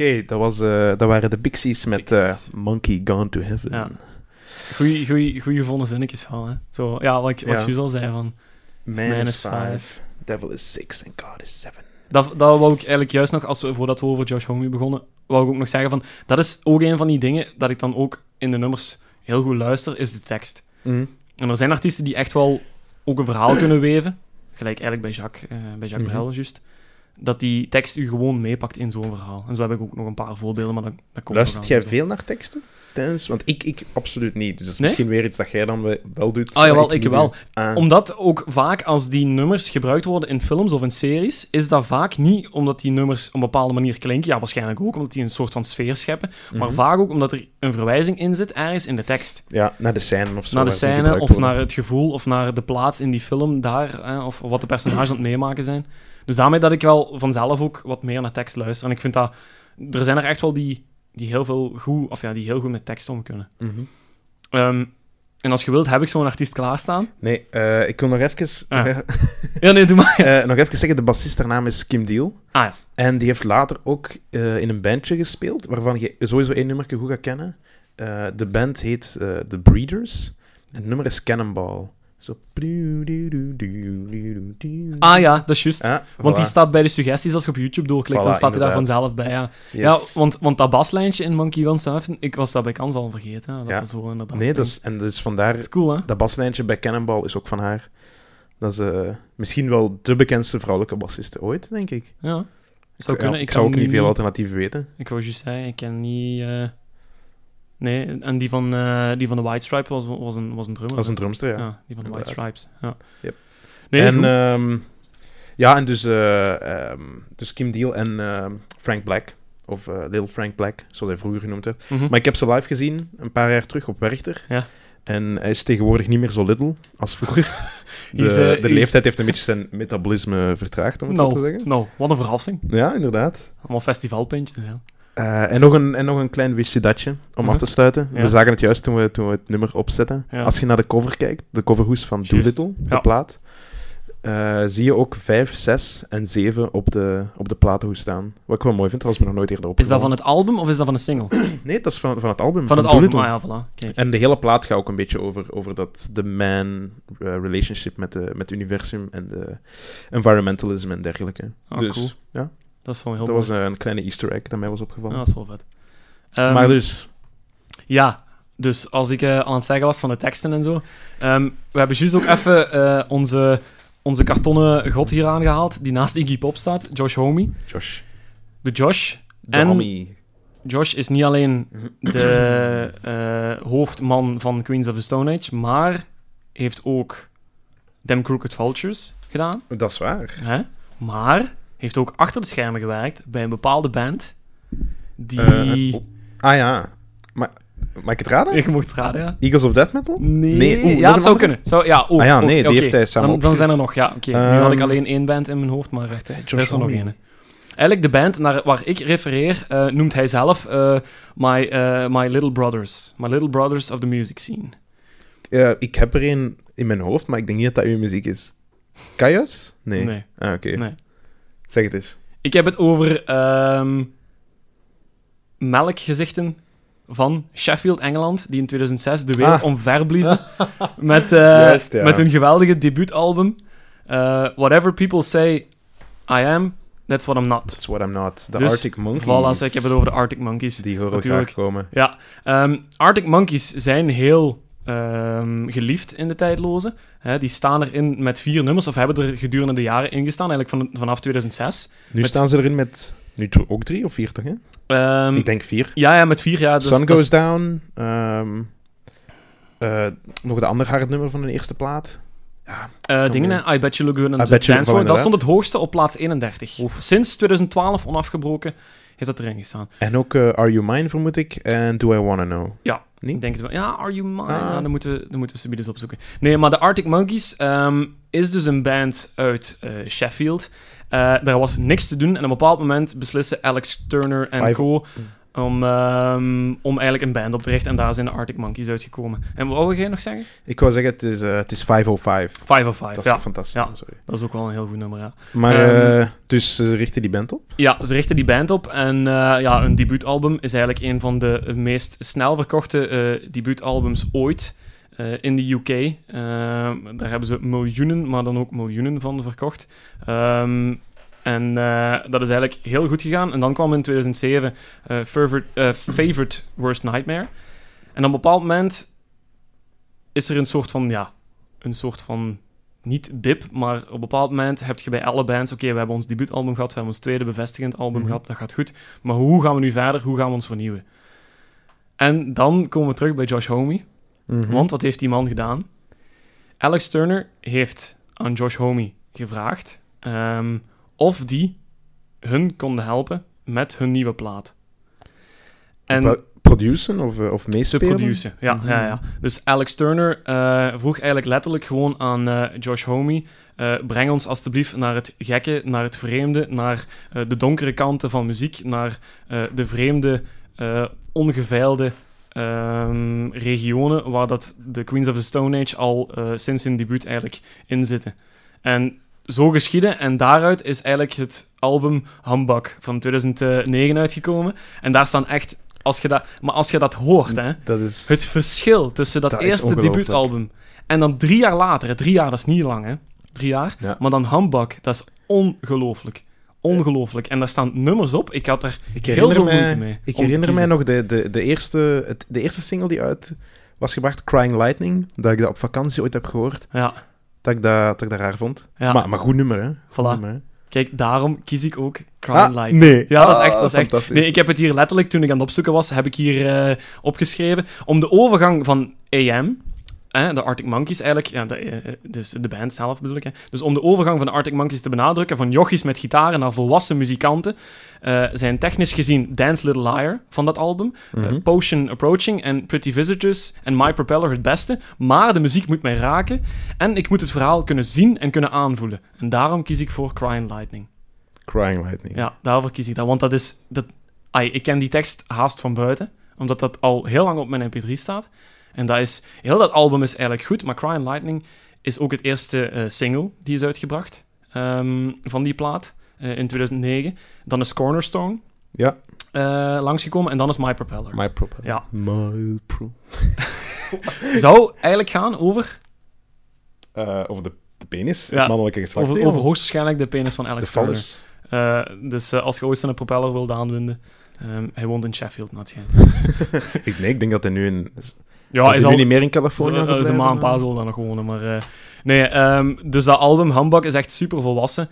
Oké, dat waren de Pixies met Monkey Gone to Heaven. Ja. Goeie gevonden zinnetjes van, hè. Zo, ja, wat ik juist al zei van... Man is 5, Devil is 6 en God is 7. Dat wou ik eigenlijk juist nog, voordat we over Josh Homme begonnen, wou ik ook nog zeggen van... Dat is ook een van die dingen dat ik dan ook in de nummers heel goed luister, is de tekst. Mm. En er zijn artiesten die echt wel ook een verhaal kunnen weven. Gelijk eigenlijk bij Jacques Brel, juist. Dat die tekst u gewoon meepakt in zo'n verhaal. En zo heb ik ook nog een paar voorbeelden, maar dat komt Luistert jij veel naar teksten? Want ik absoluut niet. Dus dat is misschien weer iets dat jij dan wel doet. Jawel, ik wel. Omdat ook vaak als die nummers gebruikt worden in films of in series, is dat vaak niet omdat die nummers op een bepaalde manier klinken. Ja, waarschijnlijk ook, omdat die een soort van sfeer scheppen. Maar vaak ook omdat er een verwijzing in zit, ergens in de tekst. Ja, naar de scène of zo. Naar de scène, of naar het gevoel, of naar de plaats in die film daar, of wat de personages aan het meemaken zijn. Dus daarmee dat ik wel vanzelf ook wat meer naar tekst luister. En ik vind dat... Er zijn er echt wel die heel goed met tekst om kunnen. Mm-hmm. En als je wilt, heb ik zo'n artiest klaarstaan. Nee, ik wil nog even... Ja, nee, doe maar. Nog even zeggen, de bassist, haar naam is Kim Deal. Ah ja. En die heeft later ook in een bandje gespeeld, waarvan je sowieso één nummer goed gaat kennen. De band heet The Breeders. En het nummer is Cannonball. Zo... Ah ja, dat is juist. Ja, want die staat bij de suggesties als je op YouTube doorklikt, dan staat hij daar vanzelf bij. Ja, yes. Ja, want dat baslijntje in Monkey Gone to Heaven, ik was dat bij kans al vergeten. Hè, dat zo inderdaad. Nee, dus vandaar... Dat is cool, hè? Dat baslijntje bij Cannonball is ook van haar. Dat is misschien wel de bekendste vrouwelijke bassiste ooit, denk ik. Ja, zou kunnen. Ik zou ook niet veel alternatieven weten. Ik wou juist zeggen, ik ken niet... Nee, en die van de White Stripes was een drummer. Dat was een drumster, ja. Ja, die van de White Stripes. Ja. Yep. Nee, en dus Kim Deal en Frank Black, of Little Frank Black, zoals hij vroeger genoemd werd. Mm-hmm. Maar ik heb ze live gezien, een paar jaar terug, op Werchter. Ja. En hij is tegenwoordig niet meer zo little als vroeger. De leeftijd heeft een beetje zijn metabolisme vertraagd, om het zo te zeggen. Nou, wat een verrassing. Ja, inderdaad. Allemaal festivalpintjes, ja. En nog een klein wistje-datje om af te sluiten. Ja. We zagen het juist toen we het nummer opzetten. Ja. Als je naar de cover kijkt, de coverhoes van Doolittle, de plaat, zie je ook 5, 6 en 7 op de platenhoes staan. Wat ik wel mooi vind, dat was me nog nooit eerder opgevallen. Is dat van het album of is dat van een single? Nee, dat is van het album. Van het album, ja, voilà. Kijk. En de hele plaat gaat ook een beetje over de man relationship met het universum en de environmentalism en dergelijke. Dus, cool. Ja. Dat is wel heel Dat mooi. was een kleine easter egg dat mij was opgevallen. Ja, dat is wel vet. Maar dus... Ja, dus als ik aan het zeggen was van de teksten en zo... we hebben juist ook even onze kartonnen god hier aangehaald, die naast Iggy Pop staat, Josh Homme. De Josh. Homie. Josh is niet alleen de hoofdman van Queens of the Stone Age, maar heeft ook Them Crooked Vultures gedaan. Dat is waar. Hè? Maar heeft ook achter de schermen gewerkt bij een bepaalde band die... ja. Maar mag ik het raden? Je mocht het raden, ja. Eagles of Death Metal? Nee. Ja, dat zou kunnen. Die heeft hij samen Dan zijn er nog, ja. Oké. Nu had ik alleen één band in mijn hoofd, maar er is er nog één. Eigenlijk de band waar ik refereer, noemt hij zelf My Little Brothers. My Little Brothers of the Music Scene. Ik heb er één in mijn hoofd, maar ik denk niet dat dat uw muziek is. Kaios? Nee. Ah, oké. Nee. Zeg het eens. Ik heb het over melkgezichten van Sheffield, Engeland, die in 2006 de wereld omverbliezen met hun geweldige debuutalbum Whatever People Say I Am, That's What I'm Not. That's What I'm Not. De Dus, Arctic Monkeys. Voilà, ik heb het over de Arctic Monkeys. Die horen graag komen. Ja, Arctic Monkeys zijn heel geliefd in de tijdloze. Die staan erin met 4 nummers, of hebben er gedurende de jaren ingestaan, eigenlijk vanaf 2006. Nu staan ze erin met... Nu ook 3 of 4, toch? Hè? Ik denk 4. Ja, met 4, ja. Sun Goes Down. Nog de andere hardnummer van de eerste plaat. Ja, I Bet You Look Good on the Dance Floor. Dat stond het hoogste op plaats 31. Oef. Sinds 2012, onafgebroken, heeft dat erin gestaan. En ook Are You Mine, vermoed ik. En Do I Wanna Know. Ja, niet? Ik denk het wel. Ja, Are You Mine? Nou, dan moeten we ze eens opzoeken. Nee, maar de Arctic Monkeys is dus een band uit Sheffield. Daar was niks te doen. En op een bepaald moment beslissen Alex Turner en co... om eigenlijk een band op te richten. En daar zijn de Arctic Monkeys uitgekomen. En wat wil jij nog zeggen? Ik wou zeggen, het is 505. 505, dat ja. is fantastisch. Ja, sorry. dat is ook wel een heel goed nummer, ja. Maar, dus ze richten die band op? Ja, ze richten die band op. En een debuutalbum is eigenlijk een van de meest snel verkochte debuutalbums ooit in de UK. Daar hebben ze miljoenen, maar dan ook miljoenen van verkocht. En dat is eigenlijk heel goed gegaan. En dan kwam in 2007 Favorite Worst Nightmare. En op een bepaald moment is er een soort van niet dip, maar op een bepaald moment heb je bij alle bands, oké, we hebben ons debuutalbum gehad, we hebben ons tweede bevestigend album gehad, dat gaat goed. Maar hoe gaan we nu verder? Hoe gaan we ons vernieuwen? En dan komen we terug bij Josh Homme. Want wat heeft die man gedaan? Alex Turner heeft aan Josh Homme gevraagd of die hun konden helpen met hun nieuwe plaat. En produceren of meespelen? te produceren, ja. Dus Alex Turner vroeg eigenlijk letterlijk gewoon aan Josh Homme, breng ons alstublieft naar het gekke, naar het vreemde, naar de donkere kanten van muziek, naar de vreemde, ongeveilde regionen waar dat de Queens of the Stone Age al sinds hun debuut eigenlijk in zitten. En zo geschieden, en daaruit is eigenlijk het album Humbug van 2009 uitgekomen. En daar staan echt, als je dat hoort, hè, dat is, het verschil tussen dat eerste debuutalbum en dan 3 jaar later, 3 jaar dat is niet lang, hè, 3 jaar, maar dan Humbug, dat is ongelooflijk. Ongelooflijk. En daar staan nummers op. Ik had er heel veel moeite mee. Ik herinner mij nog de eerste single die uit was gebracht, Crying Lightning, dat ik dat op vakantie ooit heb gehoord. Ja. Dat ik dat raar vond. Ja. Maar goed nummer, hè. Goed nummer, hè. Kijk, daarom kies ik ook Crying Lightning. Nee. Ja, dat is echt fantastisch. Nee, ik heb het hier letterlijk, toen ik aan het opzoeken was, heb ik hier opgeschreven. Om de overgang van AM, de Arctic Monkeys eigenlijk, dus de band zelf bedoel ik. Dus om de overgang van de Arctic Monkeys te benadrukken, van jochies met gitaren naar volwassen muzikanten, zijn technisch gezien Dance Little Liar van dat album, Potion Approaching en Pretty Visitors en My Propeller het beste, maar de muziek moet mij raken en ik moet het verhaal kunnen zien en kunnen aanvoelen. En daarom kies ik voor Crying Lightning. Crying Lightning. Ja, daarvoor kies ik dat, want ik ken die tekst haast van buiten, omdat dat al heel lang op mijn mp3 staat. En heel dat album is eigenlijk goed, maar Crying Lightning is ook het eerste single die is uitgebracht van die plaat in 2009. Dan is Cornerstone langsgekomen en dan is My Propeller. My Propeller. Ja. My Zou eigenlijk gaan over... over de penis, het mannelijke geslacht. Over hoogstwaarschijnlijk de penis van Alex Turner. Dus als je ooit een propeller wilt aanwinden, hij woont in Sheffield, naar het schijnt. Ik denk dat hij nu in... Ja, hij is nu niet meer in Californië. Dat is een maand paar zal dan nog wonen, maar... dus dat album, Humbug, is echt super volwassen.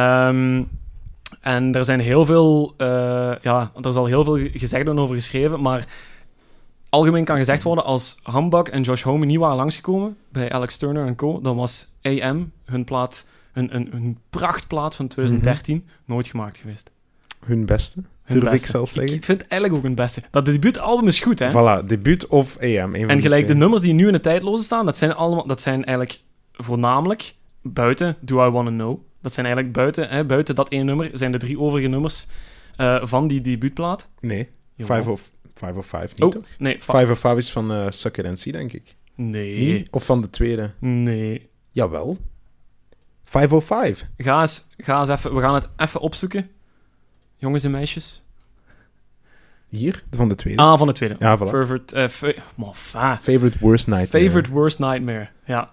En er zijn heel veel... er is al heel veel gezegd over geschreven, maar algemeen kan gezegd worden, als Humbug en Josh Homme niet waren langsgekomen bij Alex Turner & Co., dan was AM, hun plaat, hun prachtplaat van 2013, nooit gemaakt geweest. Hun beste? Durf ik zelf zeggen? Ik vind het eigenlijk ook hun beste. Dat debuutalbum is goed, hè? Voilà, debuut of AM. En gelijk de nummers die nu in de tijdloze staan, dat zijn eigenlijk voornamelijk buiten Do I Wanna Know. Dat zijn eigenlijk buiten dat één nummer, zijn de 3 overige nummers van die debuutplaat. Nee, 505 niet, toch? Nee, 505 is van Suck It and See, denk ik. Nee. Niet? Of van de tweede? Nee. Jawel. 505. Ga eens even... We gaan het even opzoeken. Jongens en meisjes. Hier? Van de tweede. Ah, van de tweede. Ja, voilà. Favorite Worst Nightmare. Favorite Worst Nightmare, ja.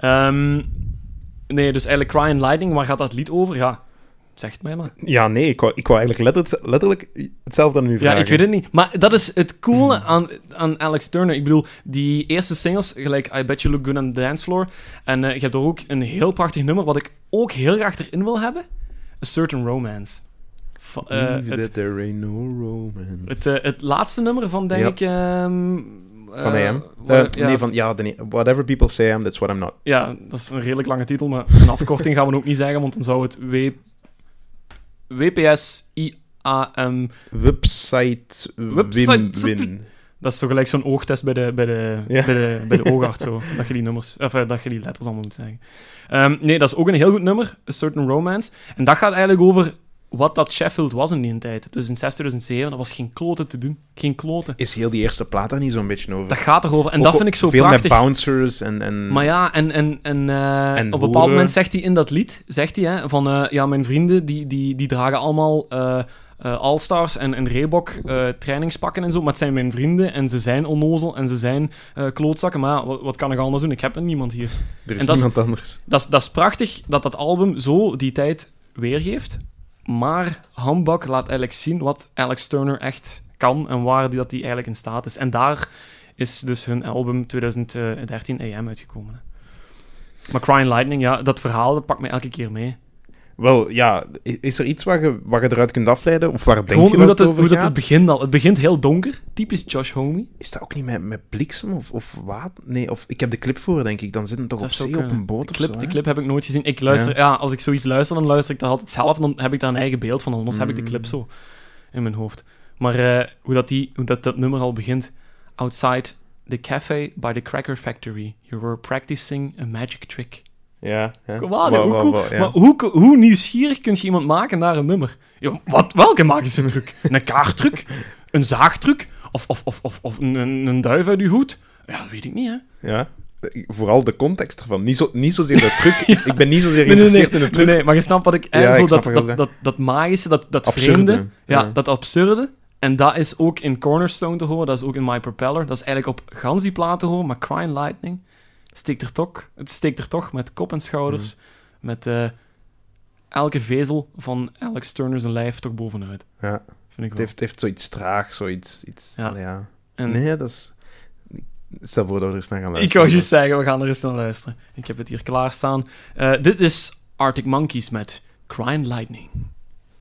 Nee, dus eigenlijk Crying Lightning, waar gaat dat lied over? Ja, zeg het mij maar. Ja, nee, ik wou eigenlijk letterlijk hetzelfde aan u vragen. Ja, ik weet het niet. Maar dat is het coole aan Alex Turner. Ik bedoel, die eerste singles, gelijk I Bet You Look Good on the Dance Floor. En je hebt er ook een heel prachtig nummer, wat ik ook heel graag erin wil hebben. A Certain Romance. There ain't no romance. Het laatste nummer van, denk ik... van AM? Whatever people say I am, that's what I'm not. Ja, dat is een redelijk lange titel, maar een afkorting gaan we ook niet zeggen, want dan zou het WPSIAM... Website win. Dat is zo gelijk zo'n oogtest bij de oogarts, zo. Dat je die nummers... Of dat je die letters allemaal moet zeggen. Nee, dat is ook een heel goed nummer, A Certain Romance. En dat gaat eigenlijk over wat dat Sheffield was in die tijd. 2006, 2007, dat was geen kloten te doen. Geen kloten. Is heel die eerste plaat daar niet zo'n beetje over? Dat gaat erover. En Ook dat vind ik zo veel prachtig. Veel met bouncers en... Maar ja, en op een bepaald moment zegt hij in dat lied, van mijn vrienden, die dragen allemaal All-Stars en Reebok trainingspakken en zo, maar het zijn mijn vrienden en ze zijn onnozel en ze zijn klootzakken, maar ja, wat kan ik anders doen? Ik heb niemand hier. Er is niemand anders. Dat is prachtig dat album zo die tijd weergeeft, maar Humbug laat eigenlijk zien wat Alex Turner echt kan en waar dat hij eigenlijk in staat is. En daar is dus hun album 2013 AM uitgekomen. Hè. Maar Crying Lightning, ja, dat verhaal dat pakt mij elke keer mee. Wel, ja, is er iets waar je eruit kunt afleiden? Of waar denk gewoon je hoe dat over hoe gaat? Het begint al. Het begint heel donker, typisch Josh Homme. Is dat ook niet met bliksem of wat? Nee, of ik heb de clip voor, denk ik. Dan zit het toch op zee op een boot of zo, De clip heb ik nooit gezien. Ik luister, als ik zoiets luister, dan luister ik dat altijd zelf. Dan heb ik daar een eigen beeld van. Anders heb ik de clip zo in mijn hoofd. Maar hoe dat nummer al begint. Outside the cafe by the cracker factory. You were practicing a magic trick. Ja. Kom aan, hoe cool. Ja. Maar hoe nieuwsgierig kun je iemand maken naar een nummer? Ja, welke magische truc? Een kaarttruc? Een zaagtruc? Of een duif uit je hoed? Ja, dat weet ik niet, hè. Ja, vooral de context ervan. Niet zozeer de truc. Ik ben niet zozeer geïnteresseerd in de truc. Nee, maar je snapt wat ik... Dat magische, dat absurde, vreemde, dat absurde. En dat is ook in Cornerstone te horen, dat is ook in My Propeller. Dat is eigenlijk op gans die platen te horen, maar Crying Lightning... Het steekt er toch met kop en schouders, met elke vezel van Alex Turner zijn lijf toch bovenuit. Ja, vind ik wel. Het heeft zoiets traag, zoiets... Ja. En... Nee, dat is... Stel voor dat we er eens naar gaan luisteren. Ik wou juist zeggen, we gaan er eens naar luisteren. Ik heb het hier klaarstaan. Dit is Arctic Monkeys met Crying Lightning.